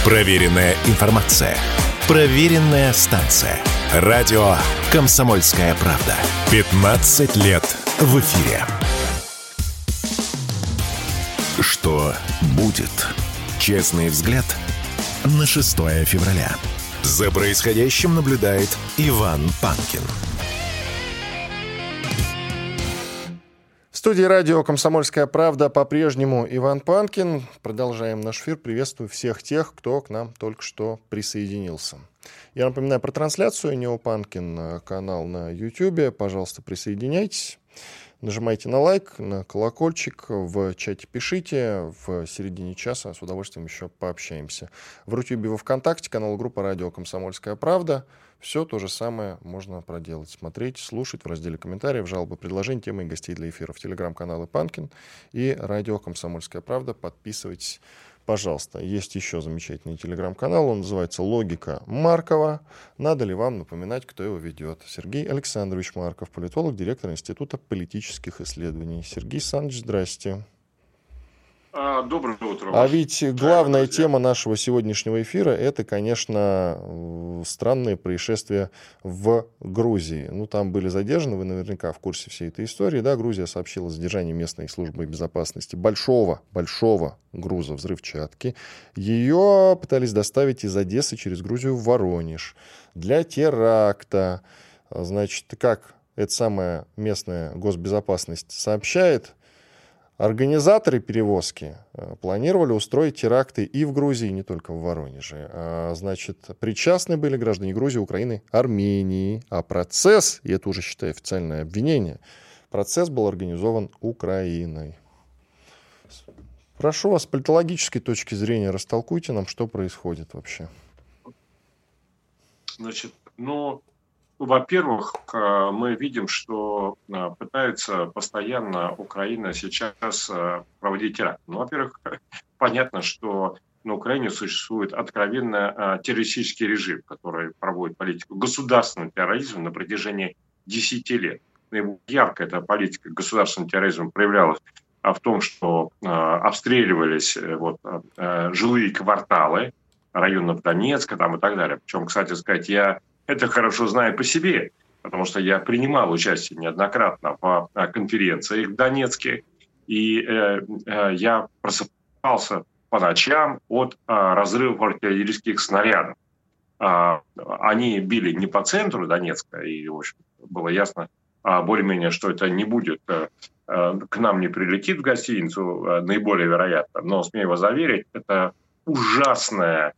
Проверенная информация. Проверенная станция. Радио «Комсомольская правда». 15 лет в эфире. Что будет? Честный взгляд на 6 февраля. За происходящим наблюдает Иван Панкин. В студии радио «Комсомольская правда» по-прежнему Иван Панкин. Продолжаем наш эфир. Приветствую всех тех, кто к нам только что присоединился. Я напоминаю про трансляцию «Нео Панкин», канал на YouTube. Пожалуйста, присоединяйтесь. Нажимайте на лайк, на колокольчик, в чате пишите, в середине часа с удовольствием еще пообщаемся. В Рутюбе, во ВКонтакте, канал группа «Радио Комсомольская правда». Все то же самое можно проделать. Смотреть, слушать в разделе комментариев, жалобы, предложения, темы и гостей для эфира. В телеграм-каналы Панкин и «Радио Комсомольская правда». Подписывайтесь, пожалуйста. Есть еще замечательный телеграм-канал, он называется «Логика Маркова». Надо ли вам напоминать, кто его ведет? Сергей Александрович Марков, политолог, директор Института политических исследований. Сергей Александрович, здрасте. Доброе утро. А ведь главная тема нашего сегодняшнего эфира — это, конечно, странные происшествия в Грузии. Ну, там были задержаны, вы наверняка в курсе всей этой истории, да? Грузия сообщила о задержании местной службы безопасности большого груза взрывчатки. Ее пытались доставить из Одессы через Грузию в Воронеж для теракта. Значит, как эта самая местная госбезопасность сообщает, организаторы перевозки планировали устроить теракты и в Грузии, не только в Воронеже. Значит, причастны были граждане Грузии, Украины, Армении. А процесс, и это уже, считаю, официальное обвинение, процесс был организован Украиной. Прошу вас, с политологической точки зрения, растолкуйте нам, что происходит вообще. Значит, во-первых, мы видим, что пытается постоянно Украина сейчас проводить теракт. Во-первых, понятно, что на Украине существует откровенно террористический режим, который проводит политику государственного терроризма на протяжении 10 лет. Наиболее ярко эта политика государственного терроризма проявлялась в том, что обстреливались жилые кварталы районов Донецка и так далее. Причем, кстати сказать, я это хорошо знаю по себе, потому что я принимал участие неоднократно в конференциях в Донецке, и я просыпался по ночам от разрывов артиллерийских снарядов. Они били не по центру Донецка, и, в общем, было ясно более-менее, что это не будет, к нам не прилетит в гостиницу, наиболее вероятно, но, смею вас заверить, это ужасное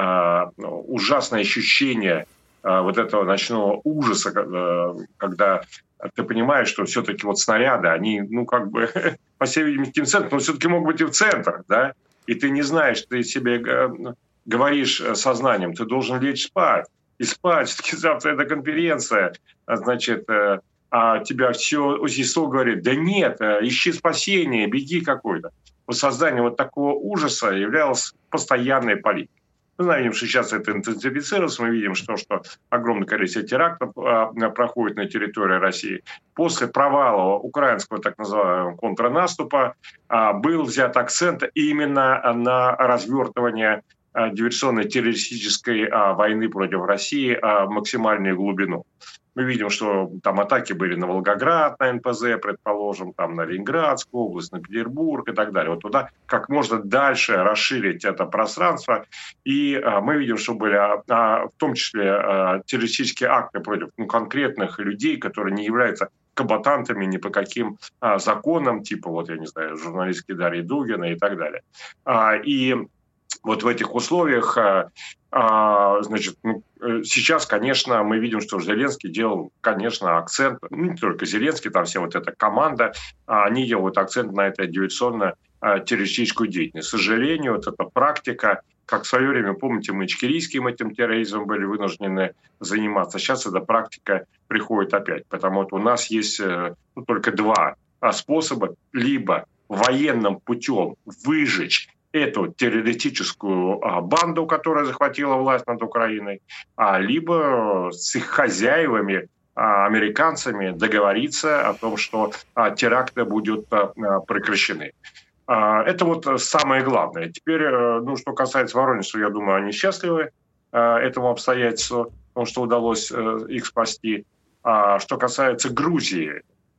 ощущение вот этого ночного ужаса, когда ты понимаешь, что все-таки снаряды, они, по всей видимости, в центр, но все-таки могут быть и в центр, да, и ты не знаешь, ты себе говоришь сознанием, ты должен лечь спать, и спать, все-таки завтра эта конференция, значит, а тебя все естество говорит, да нет, ищи спасение, беги какой-то. Создание такого ужаса являлось постоянной политикой. Мы знаем, что сейчас это интенсифицировалось. Мы видим, что огромное количество терактов проходит на территории России. После провала украинского так называемого контрнаступа был взят акцент именно на развертывание диверсионной террористической войны против России в максимальную глубину. Мы видим, что там атаки были на Волгоград, на НПЗ, предположим, там на Ленинградскую область, на Петербург и так далее. Туда как можно дальше расширить это пространство. И мы видим, что были в том числе террористические акты против конкретных людей, которые не являются комбатантами ни по каким законам, типа, журналистки Дарьи Дугиной и так далее. И в этих условиях, сейчас, конечно, мы видим, что Зеленский делал, конечно, акцент, не только Зеленский, там вся эта команда, они делают акцент на этой диверсионно-террористическую деятельность. К сожалению, эта практика, как в свое время, помните, мы ичкерийским этим терроризмом были вынуждены заниматься. Сейчас эта практика приходит опять, потому что у нас есть только два способа: либо военным путем выжечь эту террористическую банду, которая захватила власть над Украиной, либо с их хозяевами, американцами, договориться о том, что теракты будут прекращены. Это вот самое главное. Теперь, что касается Воронежа, я думаю, они счастливы этому обстоятельству, потому что удалось их спасти. Что касается Грузии,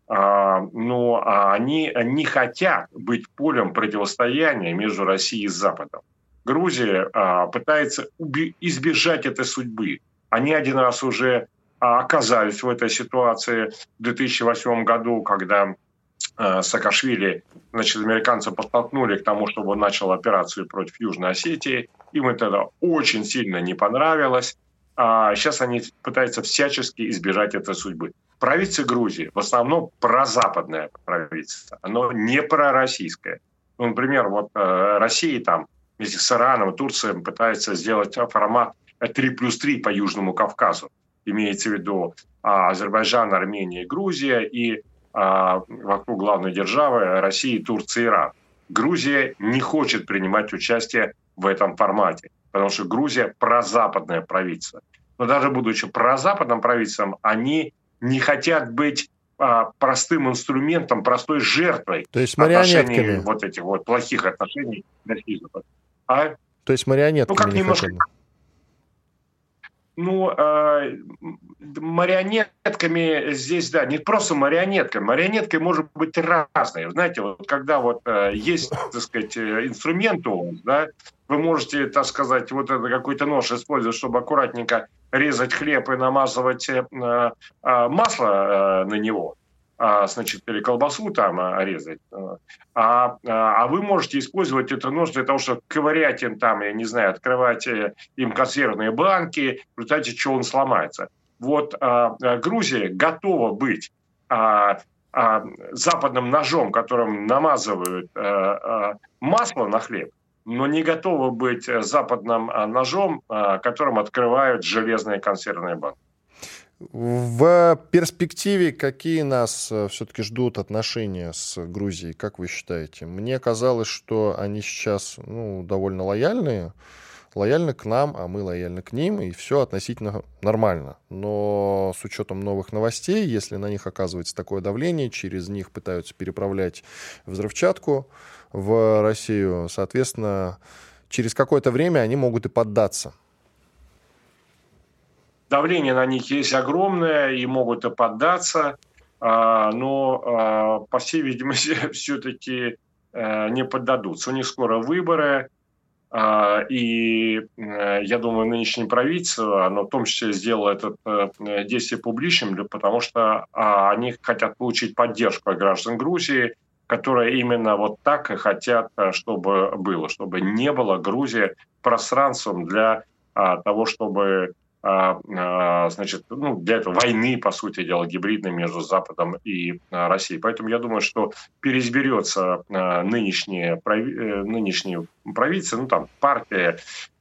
они не хотят быть полем противостояния между Россией и Западом. Грузия пытается избежать этой судьбы. Они один раз уже оказались в этой ситуации в 2008 году, когда Саакашвили, американцы подтолкнули к тому, чтобы он начал операцию против Южной Осетии. Им это очень сильно не понравилось. Сейчас они пытаются всячески избежать этой судьбы. Правительство Грузии в основном прозападное правительство, оно не пророссийское. Например, Россия там вместе с Ираном и Турцией пытается сделать формат 3+3 по Южному Кавказу. Имеется в виду Азербайджан, Армения и Грузия, и вокруг главной державы России, Турции и Иран. Грузия не хочет принимать участие в этом формате, потому что Грузия прозападное правительство. Но даже будучи прозападным правительством, они не хотят быть простым инструментом, простой жертвой. То есть марионетками. Вот этих плохих отношений России. То есть марионетками как немножко... Марионетками здесь, да, не просто марионетками. Марионеткой может быть разной. Знаете, когда есть, так сказать, инструмент у вас, да, вы можете, так сказать, это какой-то нож использовать, чтобы аккуратненько резать хлеб и намазывать масло на него, или колбасу там резать. А вы можете использовать этот нож для того, чтобы ковырять им там, я не знаю, открывать им консервные банки, в результате чего он сломается. Грузия готова быть западным ножом, которым намазывают масло на хлеб, но не готова быть западным ножом, которым открывают железные консервные банки. В перспективе какие нас все-таки ждут отношения с Грузией, как вы считаете? Мне казалось, что они сейчас довольно лояльны к нам, а мы лояльны к ним, и все относительно нормально. Но с учетом новых новостей, если на них оказывается такое давление, через них пытаются переправлять взрывчатку в Россию, соответственно, через какое-то время они могут и поддаться. Давление на них есть огромное, и могут и поддаться, но, по всей видимости, все-таки не поддадутся. У них скоро выборы, и я думаю, нынешнее правительство, оно в том числе сделало это действие публичным, потому что они хотят получить поддержку от граждан Грузии, которые именно так и хотят, чтобы было, чтобы не было Грузии пространством для того, чтобы для этого войны, по сути дела, гибридной между Западом и Россией. Поэтому я думаю, что переизберется нынешнее правительство, партия,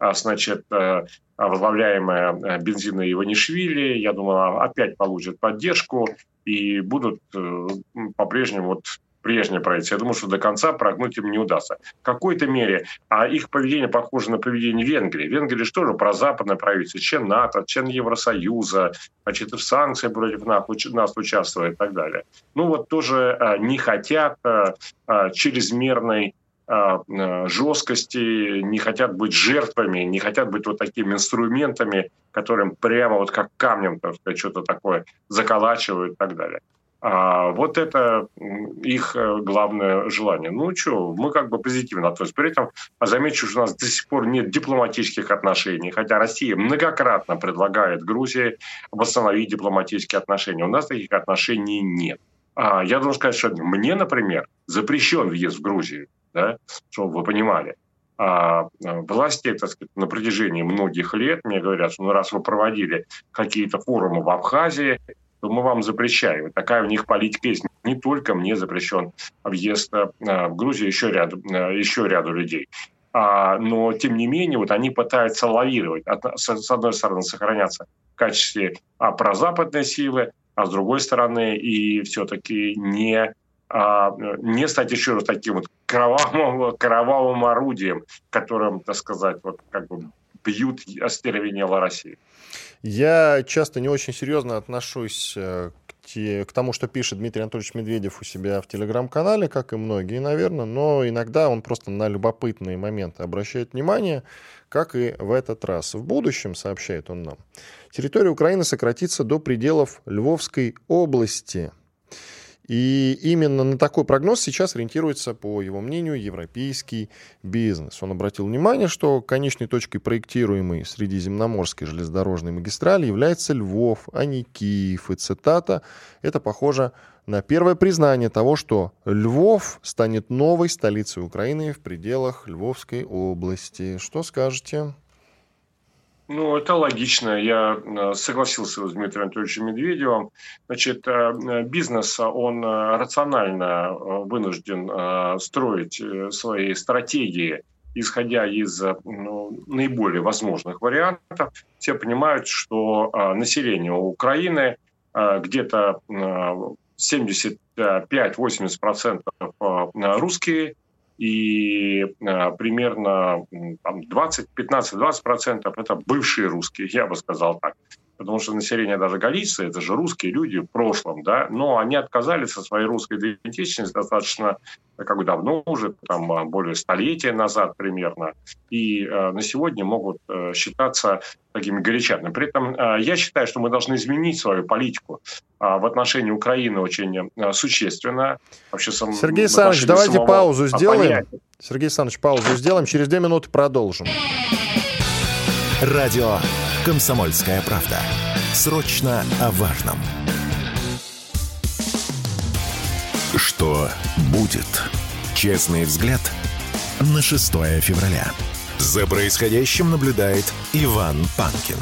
возглавляемая Бензиной Иванишвили, я думаю, опять получит поддержку и будут по-прежнему прежнее правительство. Я думаю, что до конца прогнуть им не удастся. В какой-то мере их поведение похоже на поведение Венгрии. Венгрия же тоже прозападное правительство, член НАТО, член Евросоюза, в санкциях против нас участвует и так далее. Тоже не хотят чрезмерной жесткости, не хотят быть жертвами, не хотят быть такими инструментами, которым прямо как камнем, так сказать, что-то такое заколачивают и так далее. Это их главное желание. Мы позитивно относимся. При этом замечу, что у нас до сих пор нет дипломатических отношений, хотя Россия многократно предлагает Грузии восстановить дипломатические отношения. У нас таких отношений нет. Я должен сказать, что мне, например, запрещен въезд в Грузию, да, чтобы вы понимали. Власти, так сказать, на протяжении многих лет мне говорят, что раз вы проводили какие-то форумы в Абхазии, то мы вам запрещаем. Такая у них политика есть. Не только мне запрещен въезд в Грузию, еще ряду людей. Но, тем не менее, они пытаются лавировать. С одной стороны, сохраняться в качестве прозападной силы, а с другой стороны, и все-таки не стать еще раз таким кровавым орудием, которым, так сказать, бьют остервенело Россию. Я часто не очень серьезно отношусь к к тому, что пишет Дмитрий Анатольевич Медведев у себя в Телеграм-канале, как и многие, наверное, но иногда он просто на любопытные моменты обращает внимание, как и в этот раз. В будущем, сообщает он нам, территория Украины сократится до пределов Львовской области. И именно на такой прогноз сейчас ориентируется, по его мнению, европейский бизнес. Он обратил внимание, что конечной точкой проектируемой Средиземноморской железнодорожной магистрали является Львов, а не Киев. И цитата: «Это похоже на первое признание того, что Львов станет новой столицей Украины в пределах Львовской области». Что скажете? Ну, это логично. Я согласился с Дмитрием Анатольевичем Медведевым. Значит, бизнес, он рационально вынужден строить свои стратегии, исходя из наиболее возможных вариантов. Все понимают, что население Украины где-то 75-80% русские, и примерно 15-20% это бывшие русские, я бы сказал так. Потому что население даже Галиции, это же русские люди в прошлом, да, но они отказались от своей русской идентичности достаточно давно уже, более столетия назад примерно, и на сегодня могут считаться такими галичанами. При этом я считаю, что мы должны изменить свою политику в отношении Украины очень существенно. Вообще, Сергей Александрович, давайте паузу сделаем. Сергей Александрович, паузу сделаем, через 2 минуты продолжим. Радио «Комсомольская правда». Срочно о важном. Что будет? Честный взгляд на 6 февраля. За происходящим наблюдает Иван Панкин.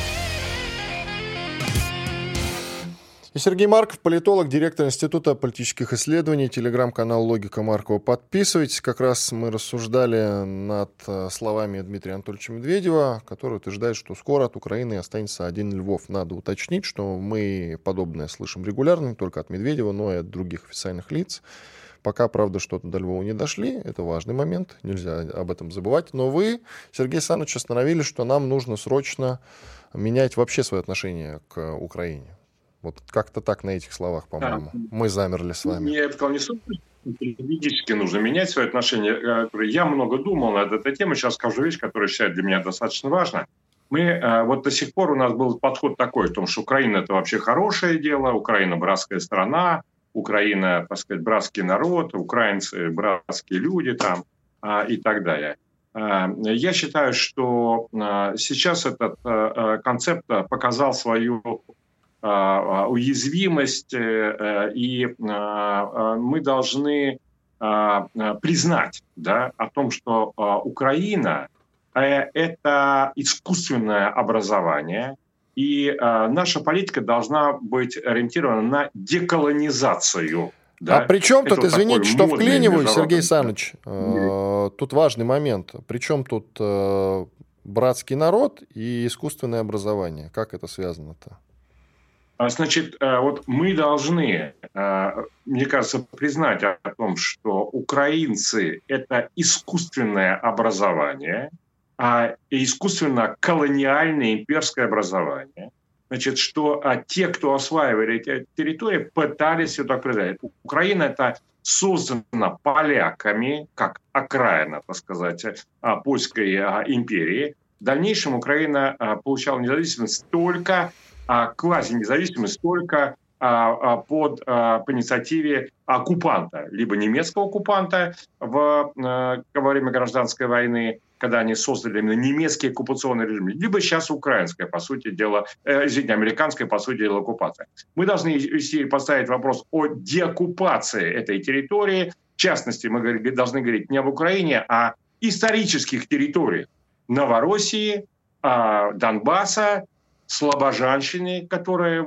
И Сергей Марков, политолог, директор Института политических исследований, телеграм-канал «Логика Маркова». Подписывайтесь. Как раз мы рассуждали над словами Дмитрия Анатольевича Медведева, который утверждает, что скоро от Украины останется один Львов. Надо уточнить, что мы подобное слышим регулярно, не только от Медведева, но и от других официальных лиц. Пока, правда, что-то до Львова не дошли. Это важный момент, нельзя об этом забывать. Но вы, Сергей Александрович, остановили, что нам нужно срочно менять вообще свое отношение к Украине. Вот как-то так на этих словах, по-моему. Мы замерли с вами. Я бы сказал, не суть. Юридически нужно менять свои отношения. Я много думал над этой темой. Сейчас скажу вещь, которая считаю для меня достаточно важна. Вот до сих пор у нас был подход такой, в том, что Украина – это вообще хорошее дело, Украина – братская страна, Украина, так сказать, братский народ, украинцы – братские люди там и так далее. Я считаю, что сейчас этот концепт показал свою уязвимость, и мы должны признать, да, о том, что Украина – это искусственное образование, и наша политика должна быть ориентирована на деколонизацию. Да? А при чем тут, извините, что вклиниваюсь, Сергей Александрович, тут важный момент. При чем тут братский народ и искусственное образование? Как это связано-то? Значит, вот мы должны, мне кажется, признать о том, что украинцы – это искусственное образование, и искусственно-колониальное имперское образование. Значит, что те, кто осваивали эти территории, пытались все так определять. Украина – это создана поляками, как окраина, так сказать, польской империи. В дальнейшем Украина получала независимость только квазинезависимость только по инициативе оккупанта, либо немецкого оккупанта во время гражданской войны, когда они создали именно немецкий оккупационный режим, либо сейчас украинская, по сути дела, американская, по сути дела, оккупация. Мы должны поставить вопрос о деоккупации этой территории. В частности, мы должны говорить не об Украине, а исторических территориях Новороссии, Донбасса, Слобожанщины, которая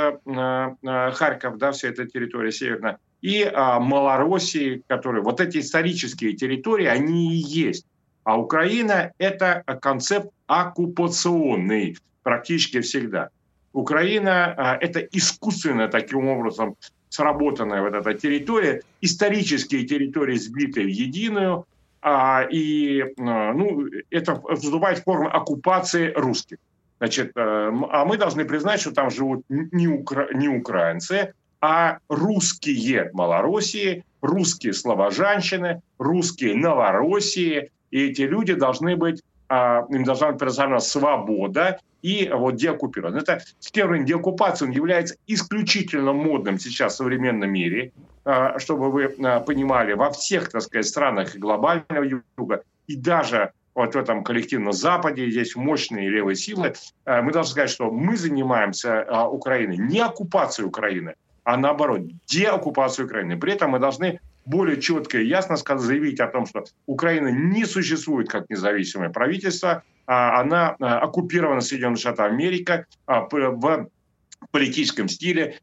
Харьков, да, вся эта территория северная, и Малороссии, которые вот эти исторические территории, они и есть. А Украина – это концепт оккупационный практически всегда. Украина – это искусственно таким образом сработанная вот эта территория, исторические территории сбиты в единую, и это вступает в форму оккупации русских. Значит, а мы должны признать, что там живут не украинцы, а русские Малороссии, русские слобожанщины, русские Новороссии. И эти люди должны быть, им должна быть предоставлена свобода и вот деоккупированы. Это термин деоккупация, он является исключительно модным сейчас в современном мире, чтобы вы понимали, во всех, так сказать, странах глобального юга и даже вот в этом коллективном Западе есть мощные левые силы. Мы должны сказать, что мы занимаемся Украиной не оккупацией Украины, а наоборот, деоккупацией Украины. При этом мы должны более четко и ясно заявить о том, что Украина не существует как независимое правительство, она оккупирована Соединенными Штатами Америки в политическом стиле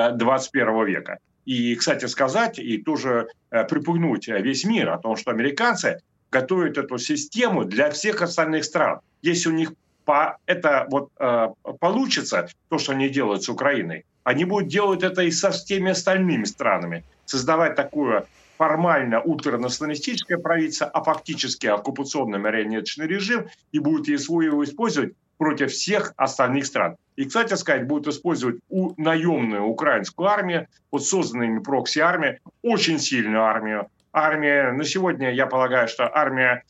21 века. И, кстати сказать, и тоже припугнуть весь мир о том, что американцы готовят эту систему для всех остальных стран. Если у них это вот получится, то, что они делают с Украиной, они будут делать это и со всеми остальными странами. Создавать такое формально ультранационалистическое правительство, а фактически оккупационный марионеточный режим, и будут его использовать против всех остальных стран. И, кстати сказать, будут использовать наемную украинскую армию, вот созданными прокси-армией, очень сильную армию. Армия, на сегодня, я полагаю, что армия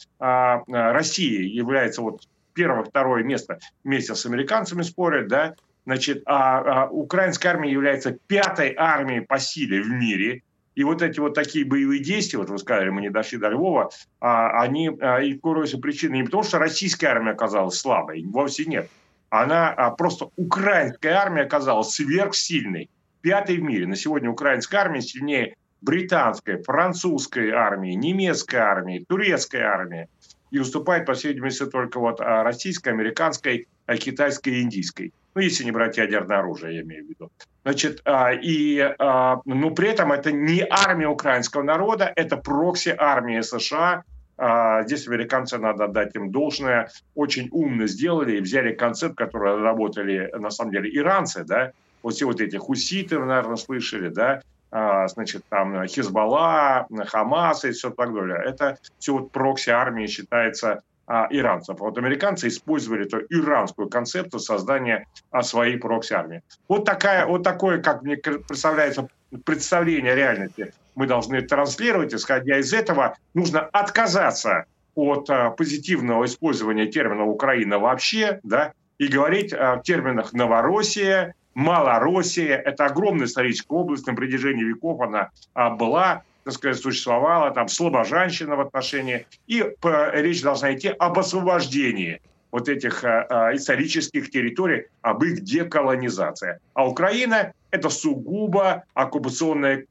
России является вот первое-второе место вместе с американцами спорят, да, значит, украинская армия является 5-й армией по силе в мире. И вот эти вот такие боевые действия, вот вы сказали, мы не дошли до Львова, они и кроются причины не потому, что российская армия оказалась слабой, вовсе нет. Она просто украинская армия оказалась сверхсильной, 5-й в мире. На сегодня украинская армия сильнее британской, французской армии, немецкой армии, турецкой армии. И уступает, по всей видимости, только вот российской, американской, китайской и индийской. Ну, если не брать ядерное оружие, я имею в виду. Значит, но при этом это не армия украинского народа, это прокси-армия США. Здесь американцы, надо отдать им должное, очень умно сделали и взяли концепт, который разработали, на самом деле, иранцы, да, вот все вот эти хуситы, вы, наверное, слышали, да, значит, там Хизбалла, Хамас и все так далее. Это все вот прокси-армия считается иранцев. Вот американцы использовали эту иранскую концепцию создания своей прокси-армии. Вот такое, как мне представляется, представление реальности мы должны транслировать. Исходя из этого, нужно отказаться от позитивного использования термина «Украина» вообще, да, и говорить в терминах «Новороссия», Малороссия. Это огромная историческая область, на протяжении веков она была, так сказать, существовала, там слобожанщина в отношении. И речь должна идти об освобождении вот этих исторических территорий, об их деколонизации. А Украина – это сугубо оккупационный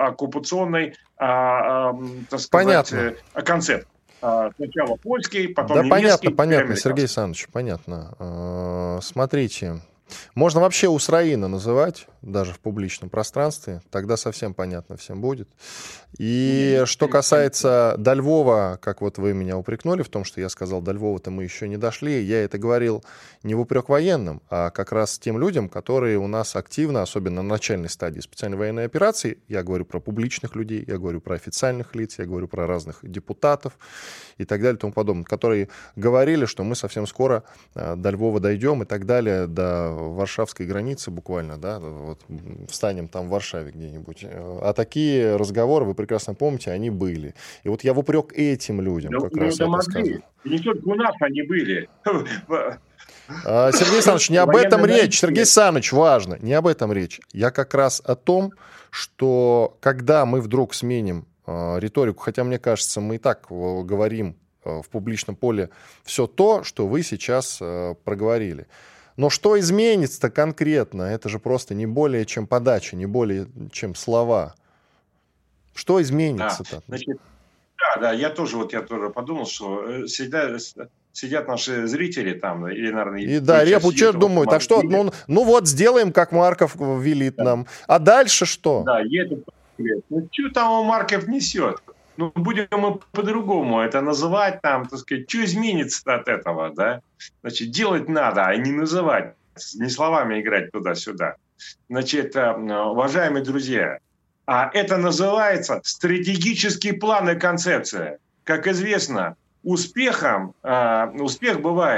так сказать, концепт. Сначала польский, потом немецкий. Да, понятно, Сергей Александрович, понятно. Смотрите. Можно вообще Украина называть, даже в публичном пространстве, тогда совсем понятно всем будет. И что касается до Львова, как вот вы меня упрекнули в том, что я сказал, до Львова-то мы еще не дошли, я это говорил не в упрек военным, а как раз тем людям, которые у нас активно, особенно на начальной стадии специальной военной операции, я говорю про публичных людей, я говорю про официальных лиц, я говорю про разных депутатов и так далее и тому подобное, которые говорили, что мы совсем скоро до Львова дойдем и так далее, до варшавской границы буквально, да, вот встанем там в Варшаве где-нибудь. А такие разговоры, вы прекрасно помните, они были. И вот я в упрек этим людям как раз это сказал. Не только у нас они были. Сергей Александрович, не об этом речь. Сергей Александрович, важно, не об этом речь. Я как раз о том, что когда мы вдруг сменим риторику, хотя, мне кажется, мы и так говорим в публичном поле все то, что вы сейчас проговорили. Но что изменится-то конкретно? Это же просто не более чем подача, не более чем слова. Что изменится-то? Значит, да, я тоже подумал, что сидят наши зрители там, или, наверное... И да, репу что думают, а что, ну вот сделаем, как Марков велит нам. А дальше что? Да, едут. Ну что там Марков несет? Ну, будем мы по-другому это называть, там, так сказать, что изменится от этого, да? Значит, делать надо, а не называть, не словами играть туда-сюда. Значит, уважаемые друзья, это называется стратегический план и концепция. Как известно, успех бывает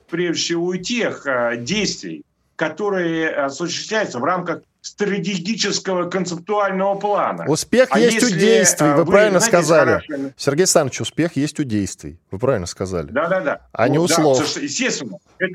прежде всего, тех действий, которые осуществляются в рамках стратегического концептуального плана. Успех есть у действий, вы правильно сказали. Сергей Александрович, успех есть у действий. Вы правильно сказали. Да. А не у слов. Естественно.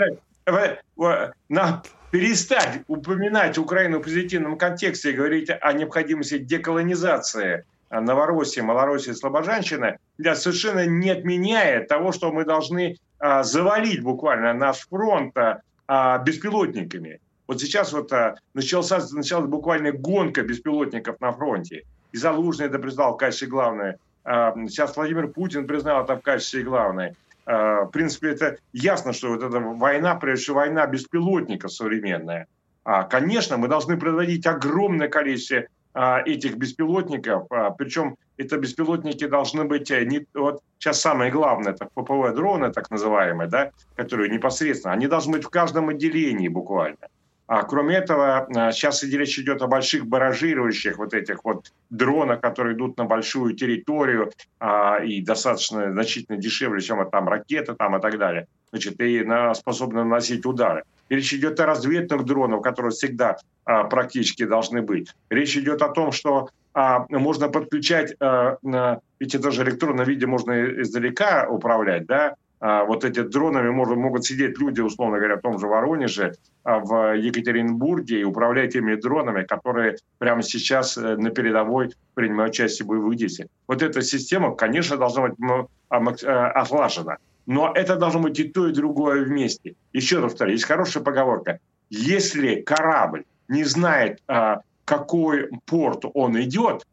Перестать упоминать Украину в позитивном контексте и говорить о необходимости деколонизации Новороссии, Малороссии, Слобожанщины, совершенно не отменяет того, что мы должны завалить буквально наш фронт беспилотниками. Вот сейчас началась буквально гонка беспилотников на фронте. И Залужный это признал в качестве главной. Сейчас Владимир Путин признал это в качестве главной. В принципе, это ясно, что вот эта война, прежде всего, война беспилотников современная. Конечно, мы должны производить огромное количество этих беспилотников, причем это беспилотники должны быть вот сейчас самое главное, это ППВ-дроны, так называемые, да, которые непосредственно, они должны быть в каждом отделении буквально. Кроме этого, сейчас речь идет о больших баражирующих вот этих вот дронах, которые идут на большую территорию и достаточно значительно дешевле, чем там ракеты там, и так далее. Значит, и способны наносить удары. Речь идет о разведных дронах, которые всегда практически должны быть. Речь идет о том, что можно подключать, ведь это же в электронном виде можно издалека управлять, да, вот эти дронами могут сидеть люди, условно говоря, в том же Воронеже, в Екатеринбурге и управлять теми дронами, которые прямо сейчас на передовой принимают участие в боевых действиях. Вот эта система, конечно, должна быть отлажена. Но это должно быть и то, и другое вместе. Еще раз повторю, есть хорошая поговорка. Если корабль не знает, какой порт он идет,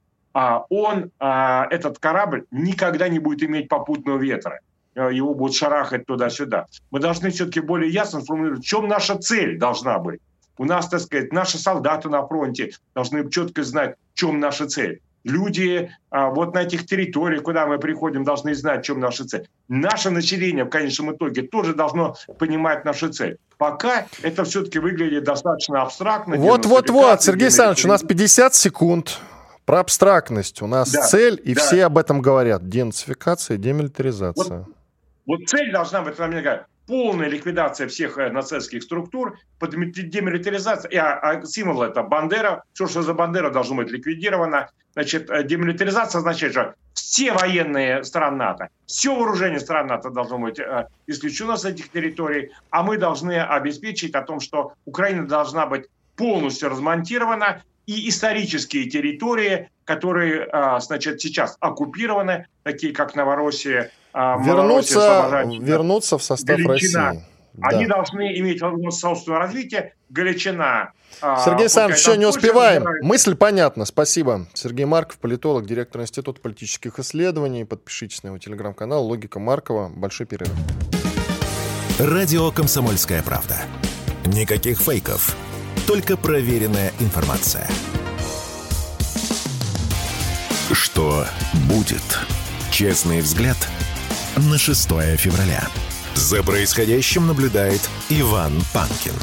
этот корабль никогда не будет иметь попутного ветра. Его будут шарахать туда-сюда. Мы должны все-таки более ясно сформулировать, в чем наша цель должна быть. У нас, так сказать, наши солдаты на фронте должны четко знать, в чем наша цель. Люди вот на этих территориях, куда мы приходим, должны знать, в чем наша цель. Наше население в конечном итоге тоже должно понимать нашу цель. Пока это все-таки выглядит достаточно абстрактно. Вот, Сергей Александрович, у нас 50 секунд. Про абстрактность. У нас цель, и все об этом говорят. Денацификация, демилитаризация. Вот цель должна быть, полная ликвидация всех нацистских структур, демилитаризация, символ это Бандера, все, что за Бандера, должно быть ликвидировано. Значит, демилитаризация означает, что все военные стран НАТО, все вооружение стран НАТО должно быть исключено с этих территорий, а мы должны обеспечить о том, что Украина должна быть полностью размонтирована, и исторические территории, которые, сейчас оккупированы, такие как Новороссия, вернуться в состав Галичина. России. Они должны иметь возможность собственного развития. Галичина. Сергей Александрович, все, не успеваем. Мысль понятна, спасибо. Сергей Марков, политолог, директор Института политических исследований. Подпишитесь на его телеграм-канал «Логика Маркова». Большой перерыв. Радио «Комсомольская правда». Никаких фейков. Только проверенная информация. Что будет? Честный взгляд на 6 февраля. За происходящим наблюдает Иван Панкин.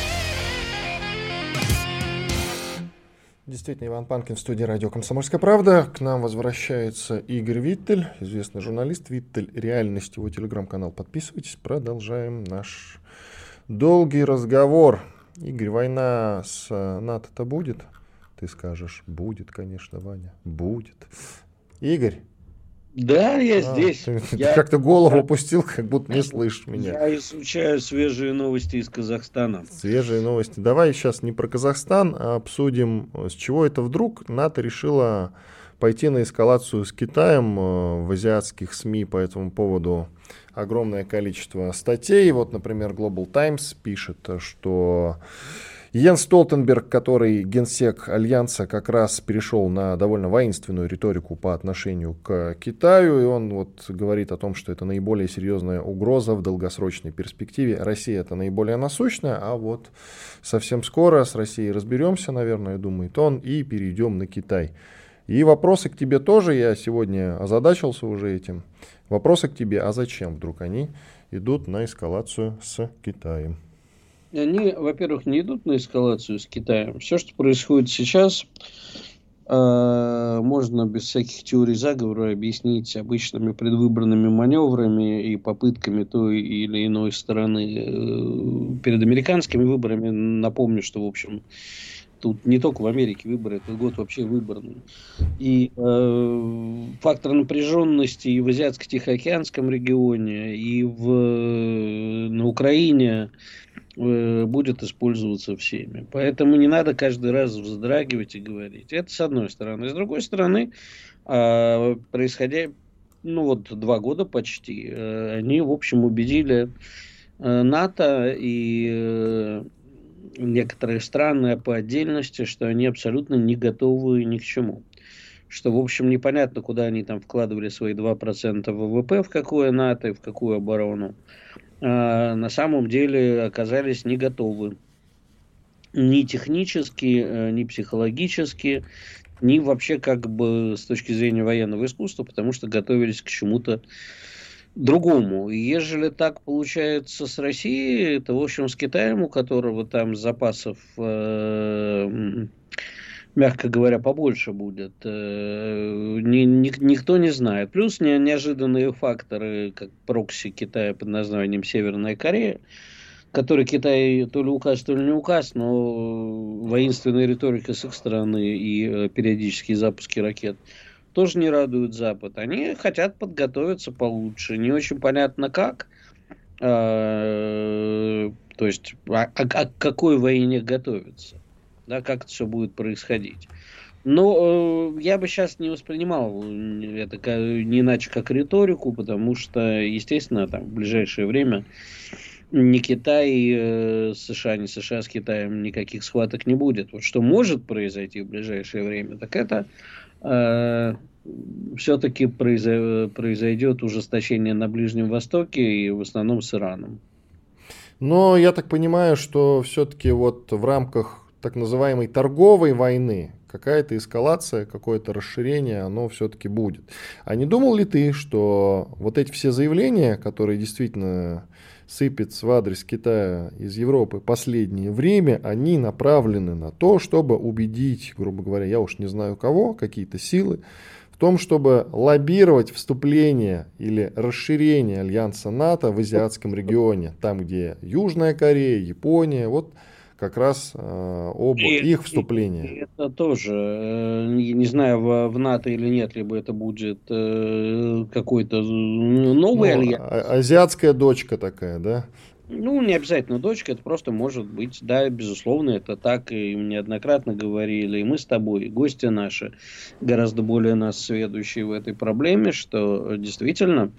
Действительно, Иван Панкин в студии радио «Комсомольская правда». К нам возвращается Игорь Виттель, известный журналист. Виттель, реальность, его телеграм-канал. Подписывайтесь. Продолжаем наш долгий разговор. Игорь, война с НАТО-то будет? Ты скажешь, будет, конечно, Ваня, будет. Игорь? Да, я здесь. Ты как-то голову опустил, как будто не слышишь меня. Я изучаю свежие новости из Казахстана. Свежие новости. Давай сейчас не про Казахстан, а обсудим, с чего это вдруг НАТО решила пойти на эскалацию с Китаем. В азиатских СМИ по этому поводу огромное количество статей. Вот, например, Global Times пишет, что Йенс Столтенберг, который генсек Альянса, как раз перешел на довольно воинственную риторику по отношению к Китаю. И он вот говорит о том, что это наиболее серьезная угроза в долгосрочной перспективе. Россия это наиболее насущная, а вот совсем скоро с Россией разберемся, наверное, думает он, и перейдем на Китай. И вопросы к тебе тоже, я сегодня озадачился уже этим. Вопросы к тебе, а зачем вдруг они идут на эскалацию с Китаем? Они, во-первых, не идут на эскалацию с Китаем. Все, что происходит сейчас, можно без всяких теорий заговора объяснить обычными предвыборными маневрами и попытками той или иной стороны. Перед американскими выборами напомню, что, в общем, тут не только в Америке выборы, этот год вообще выборный. И фактор напряженности и в Азиатско-Тихоокеанском регионе, и на Украине будет использоваться всеми. Поэтому не надо каждый раз вздрагивать и говорить. Это с одной стороны. С другой стороны, происходя, 2 года почти, они, в общем, убедили НАТО и некоторые страны по отдельности, что они абсолютно не готовы ни к чему. Что, в общем, непонятно, куда они там вкладывали свои 2% ВВП, в какое НАТО и в какую оборону. На самом деле оказались не готовы ни технически, ни психологически, ни вообще как бы с точки зрения военного искусства, потому что готовились к чему-то другому. И ежели так получается с Россией, то, в общем, с Китаем, у которого там запасов, мягко говоря, побольше будет, никто не знает. Плюс неожиданные факторы, как прокси Китая под названием Северная Корея, который Китай то ли указ, то ли не указ, но воинственная риторика с их стороны и периодические запуски ракет тоже не радуют Запад. Они хотят подготовиться получше. Не очень понятно как. То есть, к какой войне готовиться? Да, как это все будет происходить. Но я бы сейчас не воспринимал это не иначе как риторику, потому что, естественно, там, в ближайшее время ни Китай с США, ни США с Китаем никаких схваток не будет. Вот что может произойти в ближайшее время, так это все-таки произойдет ужесточение на Ближнем Востоке и в основном с Ираном. Но я так понимаю, что все-таки вот в рамках так называемой торговой войны какая-то эскалация, какое-то расширение, оно все-таки будет. А не думал ли ты, что вот эти все заявления, которые действительно сыпятся в адрес Китая из Европы последнее время, они направлены на то, чтобы убедить, грубо говоря, я уж не знаю кого, какие-то силы, в том, чтобы лоббировать вступление или расширение альянса НАТО в азиатском регионе, там, где Южная Корея, Япония, вот как раз их вступления. Это тоже, не знаю, в НАТО или нет, либо это будет какой-то новый альянс. Азиатская дочка такая, да? Не обязательно дочка, это просто может быть, да, безусловно, это так, и неоднократно говорили, и мы с тобой, и гости наши, гораздо более нас сведущие в этой проблеме, что действительно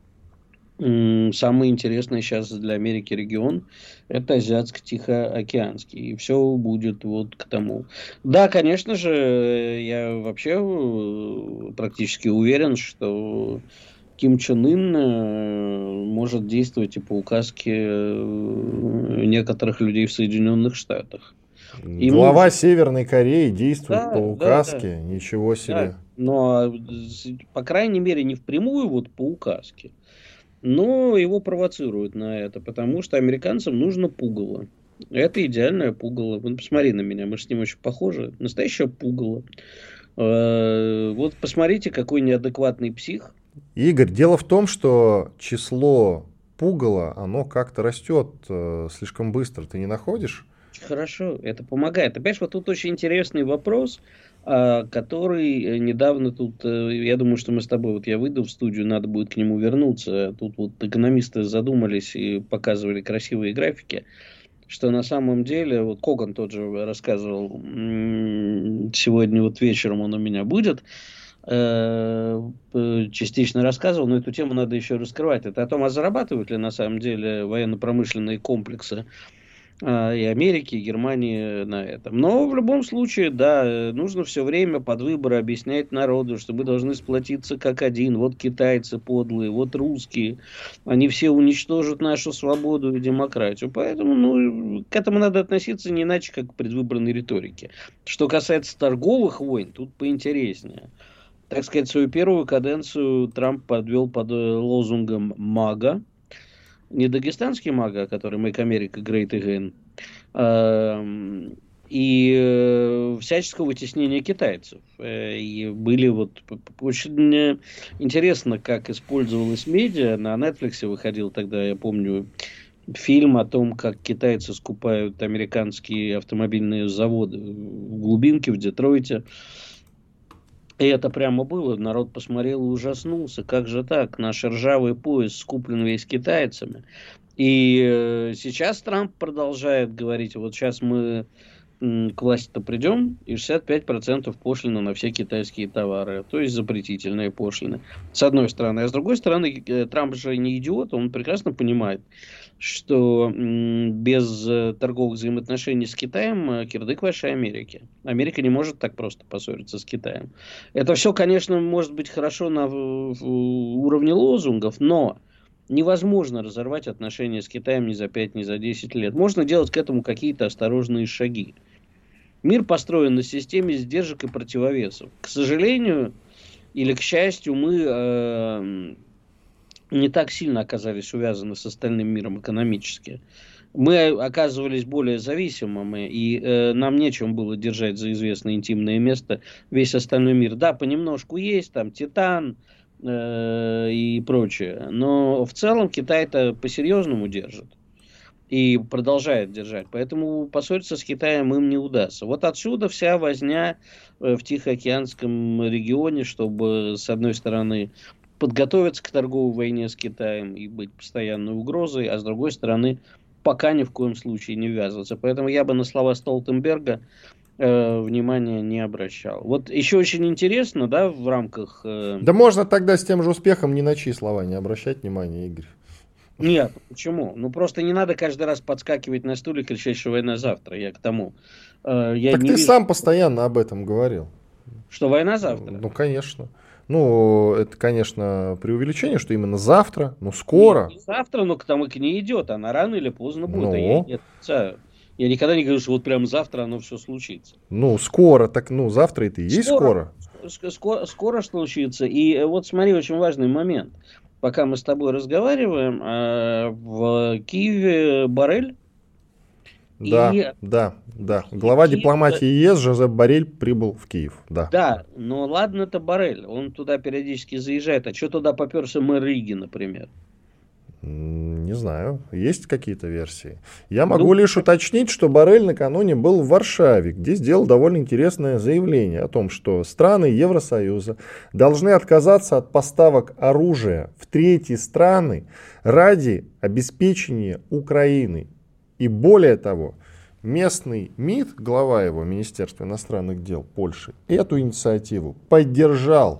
самый интересный сейчас для Америки регион — это Азиатско-Тихоокеанский. И все будет вот к тому. Да, конечно же, я вообще практически уверен, что Ким Чен Ын может действовать и по указке некоторых людей в Соединенных Штатах. Глава Северной Кореи действует по указке, да. Ничего себе. Да. Но, по крайней мере, не впрямую вот по указке. Но его провоцируют на это, потому что американцам нужно пугало. Это идеальное пугало. Вот посмотри на меня, мы же с ним очень похожи. Настоящее пугало. Вот посмотрите, какой неадекватный псих. Игорь, дело в том, что число пугала, оно как-то растет слишком быстро. Ты не находишь? Хорошо, это помогает. Ты понимаешь, вот тут очень интересный вопрос, который недавно тут, я думаю, что мы с тобой, вот я выйду в студию, надо будет к нему вернуться. Тут вот экономисты задумались и показывали красивые графики, что на самом деле, вот Коган тот же рассказывал, сегодня вот вечером он у меня будет, частично рассказывал, но эту тему надо еще раскрывать. Это о том, зарабатывают ли на самом деле военно-промышленные комплексы и Америки, и Германии на этом. Но в любом случае, да, нужно все время под выборы объяснять народу, что мы должны сплотиться как один. Вот китайцы подлые, вот русские. Они все уничтожат нашу свободу и демократию. Поэтому к этому надо относиться не иначе, как к предвыборной риторике. Что касается торговых войн, тут поинтереснее. Так сказать, свою первую каденцию Трамп подвел под лозунгом МАГА. Не дагестанский МАГА, который Make America Great Again, и всяческого вытеснения китайцев. И были вот очень интересно, как использовалась медиа. На Netflix выходил тогда, я помню, фильм о том, как китайцы скупают американские автомобильные заводы в глубинке, в Детройте. И это прямо было. Народ посмотрел и ужаснулся. Как же так? Наш ржавый поезд скуплен весь китайцами. И сейчас Трамп продолжает говорить, вот сейчас мы к власти-то придем, и 65% пошлины на все китайские товары, то есть запретительные пошлины, с одной стороны. А с другой стороны, Трамп же не идиот, он прекрасно понимает, что без торговых взаимоотношений с Китаем кирдык вашей Америки. Америка не может так просто поссориться с Китаем. Это все, конечно, может быть хорошо на уровне лозунгов, но невозможно разорвать отношения с Китаем ни за 5, ни за 10 лет. Можно делать к этому какие-то осторожные шаги. Мир построен на системе сдержек и противовесов. К сожалению или к счастью, мы не так сильно оказались увязаны с остальным миром экономически. Мы оказывались более зависимыми, и нам нечем было держать за известное интимное место весь остальной мир. Да, понемножку есть, там титан и прочее. Но в целом Китай-то по-серьезному держит. И продолжает держать. Поэтому поссориться с Китаем им не удастся. Вот отсюда вся возня в Тихоокеанском регионе, чтобы, с одной стороны, подготовиться к торговой войне с Китаем и быть постоянной угрозой, а с другой стороны, пока ни в коем случае не ввязываться. Поэтому я бы на слова Столтенберга внимания не обращал. Вот еще очень интересно, да, в рамках... Да можно тогда с тем же успехом ни на чьи слова не обращать внимания, Игорь. Нет, почему? Ну, просто не надо каждый раз подскакивать на стуле и кричать, что война завтра. Я к тому. Так ты сам постоянно об этом говорил. Что война завтра? Ну, конечно. Ну, это, конечно, преувеличение, что именно завтра, но скоро. Не завтра, но к тому к ней идет. Она рано или поздно будет. Ну. Я никогда не говорю, что вот прям завтра оно все случится. Ну, скоро, так, ну, завтра это и есть скоро. Скоро случится. И вот смотри, очень важный момент. Пока мы с тобой разговариваем, в Киеве Боррель. Да. Глава дипломатии ЕС Жозеп Боррель прибыл в Киев. Да, но ладно, это Боррель. Он туда периодически заезжает. А что туда поперся мэр Риги, например? Не знаю. Есть какие-то версии. Я могу лишь уточнить, что Боррель накануне был в Варшаве, где сделал довольно интересное заявление о том, что страны Евросоюза должны отказаться от поставок оружия в третьи страны ради обеспечения Украины. И более того, местный МИД, глава его, Министерства иностранных дел Польши, эту инициативу поддержал.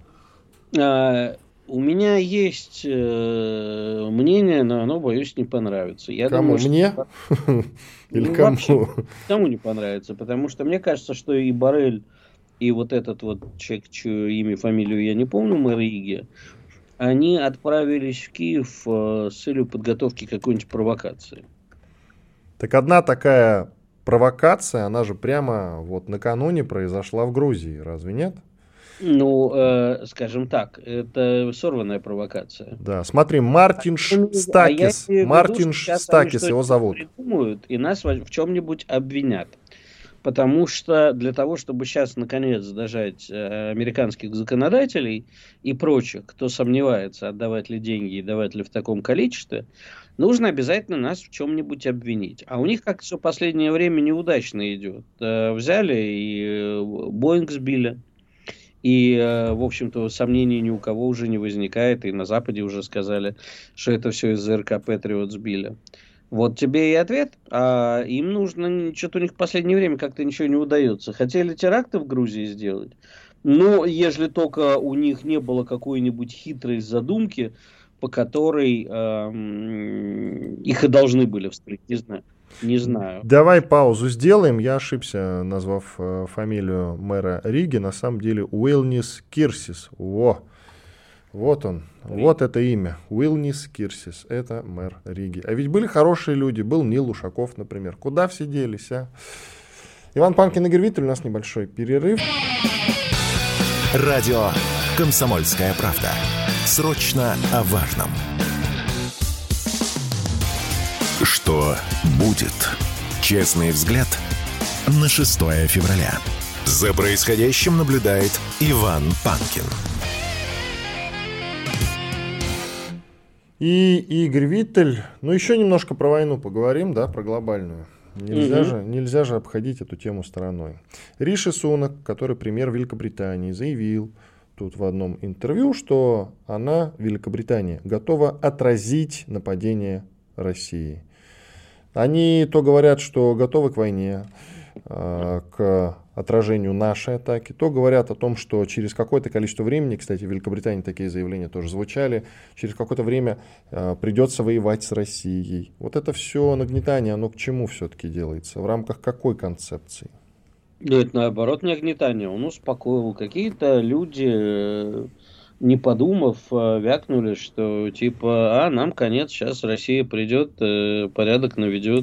У меня есть мнение, но оно, боюсь, не понравится. Я кому? Думаю, мне? Или кому? Вообще, кому не понравится. Потому что мне кажется, что и Боррель, и вот этот вот человек, чье имя, фамилию я не помню, мэр Риги, они отправились в Киев с целью подготовки какой-нибудь провокации. Так одна такая провокация, она же прямо вот накануне произошла в Грузии, разве нет? Ну, скажем так, это сорванная провокация. Да, смотри, Мартин Стакис, его зовут. Придумают и нас в чем-нибудь обвинят. Потому что для того, чтобы сейчас наконец дожать американских законодателей и прочих, кто сомневается, отдавать ли деньги и давать ли в таком количестве, нужно обязательно нас в чем-нибудь обвинить. А у них как-то все в последнее время неудачно идет. Взяли и Боинг сбили. И, в общем-то, сомнений ни у кого уже не возникает. И на Западе уже сказали, что это все из ЗРК Патриот сбили. Вот тебе и ответ. А им нужно... Что-то у них в последнее время как-то ничего не удается. Хотели теракты в Грузии сделать. Но, ежели только у них не было какой-нибудь хитрой задумки, по которой их и должны были встретить. Не знаю. Давай паузу сделаем. Я ошибся, назвав фамилию мэра Риги. На самом деле Уилнис Кирсис. Вот он. Вот это имя. Уилнис Кирсис. Это мэр Риги. А ведь были хорошие люди. Был Нил Ушаков, например. Куда все делись, а? Иван Панкин, Игорь Виттель. У нас небольшой перерыв. Радио «Комсомольская правда». Срочно о важном. Что будет? Честный взгляд на 6 февраля. За происходящим наблюдает Иван Панкин. И Игорь Виттель. Ну, еще немножко про войну поговорим, да, про глобальную. Нельзя же обходить эту тему стороной. Риши Сунак, который премьер Великобритании, заявил тут в одном интервью, что она, Великобритания, готова отразить нападение России. Они то говорят, что готовы к войне, к отражению нашей атаки, то говорят о том, что через какое-то количество времени, кстати, в Великобритании такие заявления тоже звучали, через какое-то время придется воевать с Россией. Вот это все нагнетание, оно к чему все-таки делается? В рамках какой концепции? Да, это наоборот нагнетание. Он успокоил. Какие-то люди, не подумав, вякнули, что типа, нам конец, сейчас Россия придет, порядок наведет.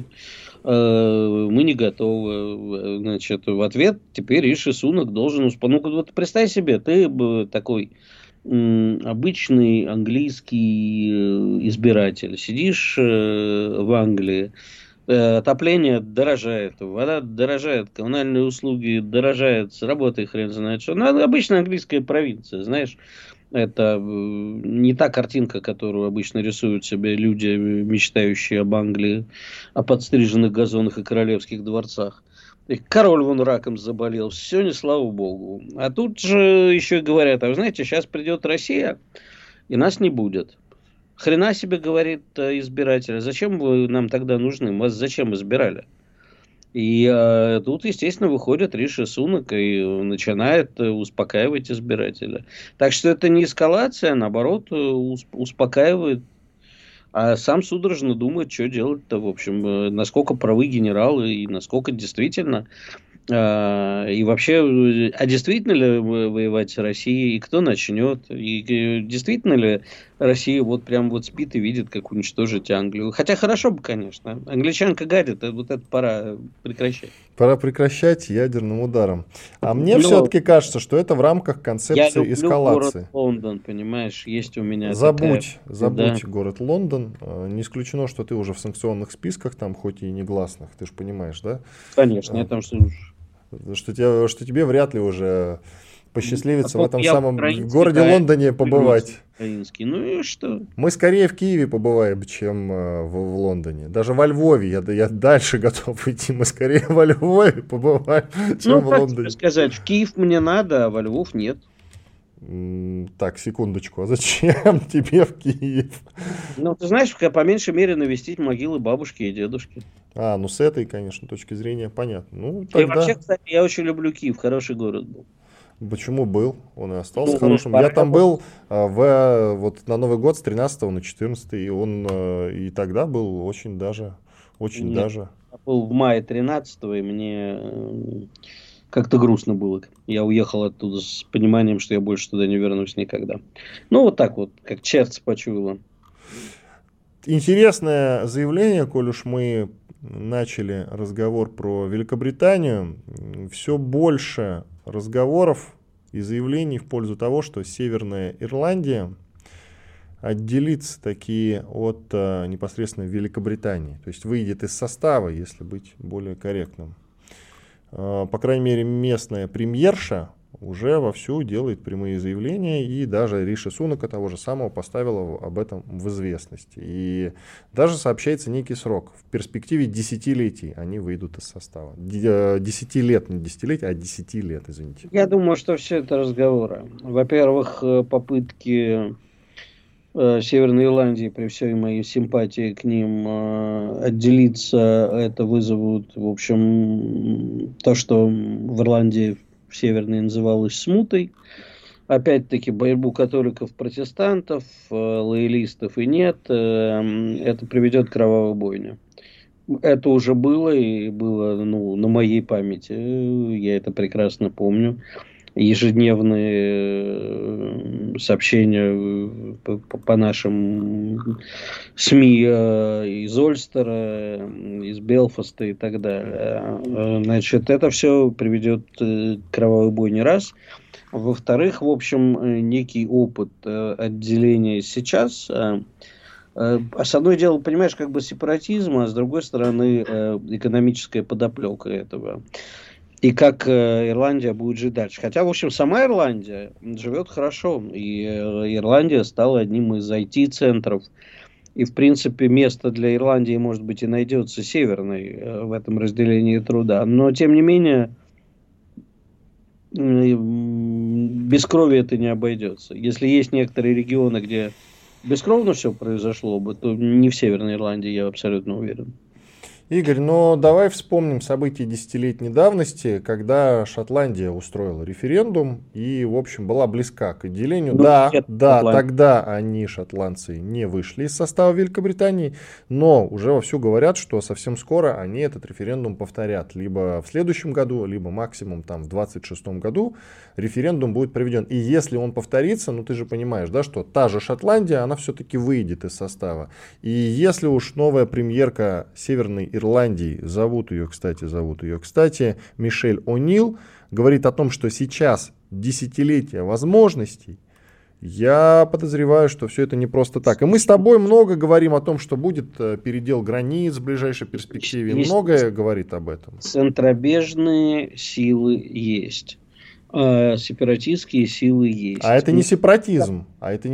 Мы не готовы. Значит, в ответ теперь Риши Сунак должен успокоить. Ну, вот представь себе, ты такой обычный английский избиратель. Сидишь в Англии, отопление дорожает, вода дорожает, коммунальные услуги дорожают, с работой хрен знает что. Ну, обычная английская провинция, знаешь. Это не та картинка, которую обычно рисуют себе люди, мечтающие об Англии, о подстриженных газонах и королевских дворцах. И король вон раком заболел, все не слава богу. А тут же еще и говорят, а вы знаете, сейчас придет Россия, и нас не будет. Хрена себе, говорит избиратель, зачем вы нам тогда нужны? Вас зачем избирали? И тут, естественно, выходит Риши Сунак и начинает успокаивать избирателя. Так что это не эскалация, а наоборот успокаивает. А сам судорожно думает, что делать-то, в общем, насколько правы генералы и насколько действительно... И вообще, а действительно ли воевать с Россией, и кто начнет, и действительно ли Россия вот прям вот спит и видит, как уничтожить Англию. Хотя хорошо бы, конечно. Англичанка гадит, вот это пора прекращать. Пора прекращать ядерным ударом. А мне все-таки кажется, что это в рамках концепции эскалации. Город Лондон, понимаешь, есть у меня Забудь город Лондон. Не исключено, что ты уже в санкционных списках, там хоть и негласных, ты же понимаешь, да? Конечно, я там что тебе вряд ли уже посчастливится в этом самом городе Лондоне побывать. Ну и что? Мы скорее в Киеве побываем, чем в Лондоне. Даже во Львове я дальше готов идти. Мы скорее во Львове побываем, чем в Лондоне. Сказать, в Киев мне надо, а во Львов нет. Так, секундочку, а зачем тебе в Киев? Ну, ты знаешь, по меньшей мере навестить могилы бабушки и дедушки. Ну с этой, конечно, точки зрения понятно. Ну, тогда... И вообще, кстати, я очень люблю Киев, хороший город был. Почему был? Он и остался хорошим. Я там был вот на Новый год с 13 на 14, и он и тогда был очень даже. Я был в мае 13-го, и мне как-то грустно было. Я уехал оттуда с пониманием, что я больше туда не вернусь никогда. Ну, вот так вот, как черт почуяло. Интересное заявление, коль уж мы начали разговор про Великобританию. Все больше разговоров и заявлений в пользу того, что Северная Ирландия отделится таки от непосредственно Великобритании. То есть выйдет из состава, если быть более корректным. По крайней мере, местная премьерша уже вовсю делает прямые заявления, и даже Риши Сунака того же самого поставила об этом в известность. И даже сообщается некий срок. В перспективе десятилетий они выйдут из состава. 10 лет, не десятилетий, а 10 лет, извините. Я думаю, что все это разговоры. Во-первых, попытки Северной Ирландии, при всей моей симпатии к ним, отделиться, это вызовут, в общем, то, что в Ирландии в Северной называлось смутой. Опять-таки, борьбу католиков-протестантов, лоялистов и нет, это приведет к кровавой бойне. Это уже было, и было на моей памяти, я это прекрасно помню. Ежедневные сообщения по нашим СМИ из Ольстера, из Белфаста и так далее. Значит, это все приведет к кровавой бойне, раз. Во-вторых, в общем, некий опыт отделения сейчас С одной дело, понимаешь, как бы сепаратизм, а с другой стороны экономическая подоплека этого. И как Ирландия будет жить дальше. Хотя, в общем, сама Ирландия живет хорошо. И Ирландия стала одним из IT-центров. И, в принципе, место для Ирландии, может быть, и найдется северной в этом разделении труда. Но, тем не менее, без крови это не обойдется. Если есть некоторые регионы, где бескровно все произошло бы, то не в Северной Ирландии, я абсолютно уверен. Игорь, но давай вспомним события десятилетней давности, когда Шотландия устроила референдум и, в общем, была близка к отделению. Да, тогда они, шотландцы, не вышли из состава Великобритании, но уже вовсю говорят, что совсем скоро они этот референдум повторят. Либо в следующем году, либо максимум там в 2026 году референдум будет проведен. И если он повторится, ну ты же понимаешь, да, что та же Шотландия, она все-таки выйдет из состава. И если уж новая премьерка Северной Ирландии, зовут ее, кстати, Мишель О'Нил, говорит о том, что сейчас десятилетие возможностей, я подозреваю, что все это не просто так. И мы с тобой много говорим о том, что будет передел границ в ближайшей перспективе. Многое говорит об этом. Центробежные силы есть. Сепаратистские силы есть. А это не сепаратизм.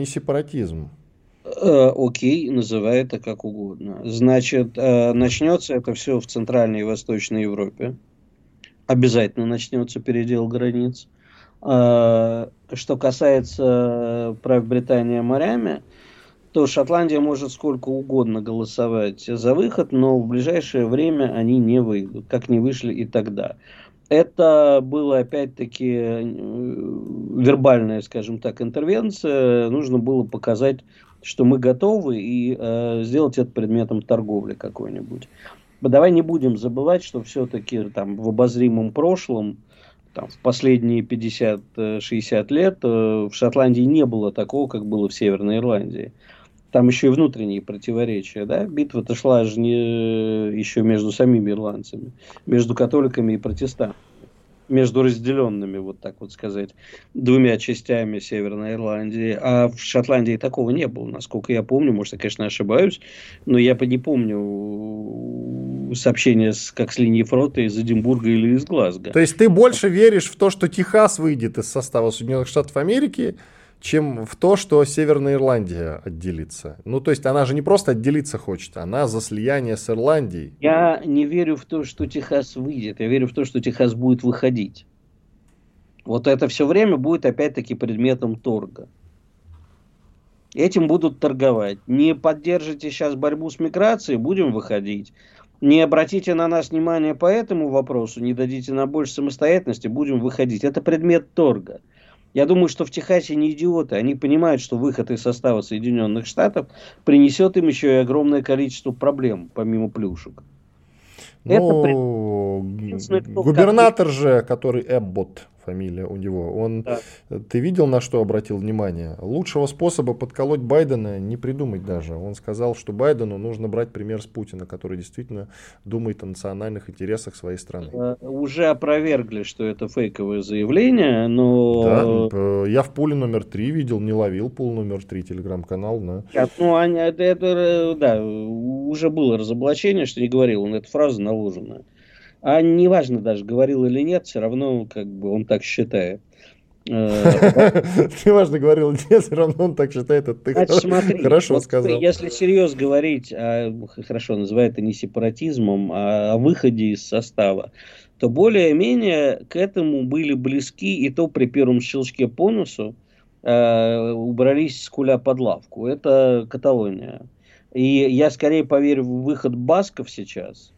Окей, называй это как угодно. Значит, начнется это все в Центральной и Восточной Европе. Обязательно начнется передел границ. Что касается прав Британии морями, то Шотландия может сколько угодно голосовать за выход, но в ближайшее время они не выйдут, как не вышли и тогда. Это была опять-таки вербальная, скажем так, интервенция. Нужно было показать, что мы готовы, и сделать это предметом торговли какой-нибудь. Давай не будем забывать, что все-таки там в обозримом прошлом, там, в последние 50-60 лет в Шотландии не было такого, как было в Северной Ирландии. Там еще и внутренние противоречия, да? Битва-то шла же не еще между самими ирландцами, между католиками и протестантами, между разделенными, вот так вот сказать, двумя частями Северной Ирландии. А в Шотландии такого не было, насколько я помню. Может, я, конечно, ошибаюсь, но я не помню сообщения как с линии фронта из Эдинбурга или из Глазго. То есть ты больше веришь в то, что Техас выйдет из состава Соединенных Штатов Америки, чем в то, что Северная Ирландия отделится. Ну, то есть она же не просто отделиться хочет, она за слияние с Ирландией. Я не верю в то, что Техас выйдет. Я верю в то, что Техас будет выходить. Вот это все время будет опять-таки предметом торга. Этим будут торговать. Не поддержите сейчас борьбу с миграцией, будем выходить. Не обратите на нас внимание по этому вопросу, не дадите нам больше самостоятельности, будем выходить. Это предмет торга. Я думаю, что в Техасе не идиоты. Они понимают, что выход из состава Соединенных Штатов принесет им еще и огромное количество проблем, помимо плюшек. Ну, губернатор же, который Эбботт, фамилия у него, он, да. Ты видел, на что обратил внимание? Лучшего способа подколоть Байдена не придумать даже. Он сказал, что Байдену нужно брать пример с Путина, который действительно думает о национальных интересах своей страны. Уже опровергли, что это фейковое заявление, но... Да, я в пуле номер 3 видел, не ловил пул номер 3, телеграм-канал. Да. Да, уже было разоблачение, что не говорил, он эта фраза наложена. А неважно даже, говорил или нет, все равно как бы он так считает. Неважно, говорил или нет, все равно он так считает. Это ты хорошо сказал. Если серьезно говорить, хорошо, называй это не сепаратизмом, а о выходе из состава, то более-менее к этому были близки, и то при первом щелчке по носу убрались с куля под лавку. Это Каталония. И я скорее поверю в выход басков сейчас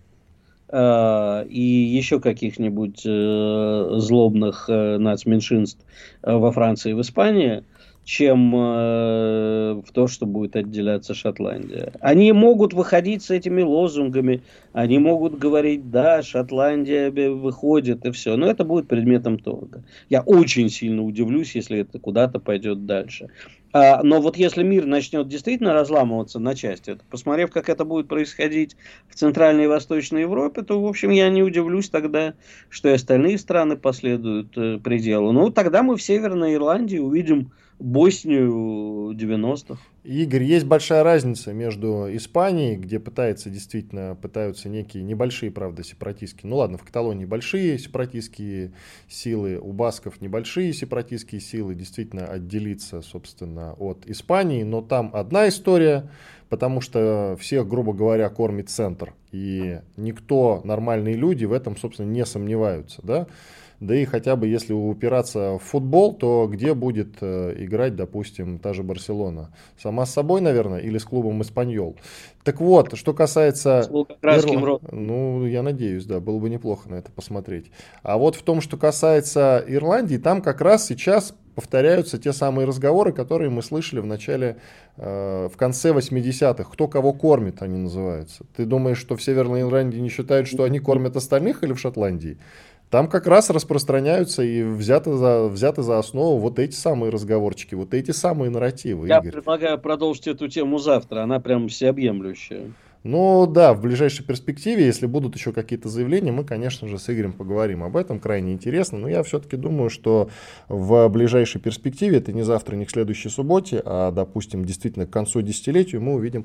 и еще каких-нибудь злобных нацменьшинств во Франции и в Испании, чем в то, что будет отделяться Шотландия. Они могут выходить с этими лозунгами, они могут говорить, да, Шотландия выходит и все, но это будет предметом торга. Я очень сильно удивлюсь, если это куда-то пойдет дальше. Но вот если мир начнет действительно разламываться на части, посмотрев, как это будет происходить в Центральной и Восточной Европе, то, в общем, я не удивлюсь тогда, что и остальные страны последуют пределу. Ну, тогда мы в Северной Ирландии увидим Боснию 90-х. Игорь, есть большая разница между Испанией, где пытаются некие небольшие, правда, сепаратистские, ну ладно, в Каталонии большие сепаратистские силы, у басков небольшие сепаратистские силы, действительно отделиться, собственно, от Испании, но там одна история, потому что всех, грубо говоря, кормит центр, и нормальные люди в этом, собственно, не сомневаются, да. Да и хотя бы если упираться в футбол, то где будет играть, допустим, та же Барселона? Сама с собой, наверное, или с клубом «Эспаньол»? Так вот, что касается... Ну, я надеюсь, да, было бы неплохо на это посмотреть. А вот в том, что касается Ирландии, там как раз сейчас повторяются те самые разговоры, которые мы слышали в конце 80-х. Кто кого кормит, они называются. Ты думаешь, что в Северной Ирландии не считают, что они кормят остальных, или в Шотландии? Там как раз распространяются и взяты за основу вот эти самые разговорчики, вот эти самые нарративы. Я Игорь, предлагаю продолжить эту тему завтра, она прям всеобъемлющая. Ну да, в ближайшей перспективе, если будут еще какие-то заявления, мы, конечно же, с Игорем поговорим об этом, крайне интересно. Но я все-таки думаю, что в ближайшей перспективе, это не завтра, не к следующей субботе, а, допустим, действительно к концу десятилетия, мы увидим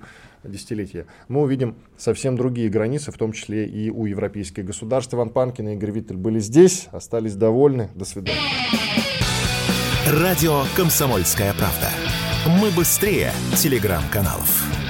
совсем другие границы, в том числе и у европейских государств. Иван Панкин и Игорь Виттель были здесь, остались довольны. До свидания. Радио «Комсомольская правда». Мы быстрее телеграм-каналов.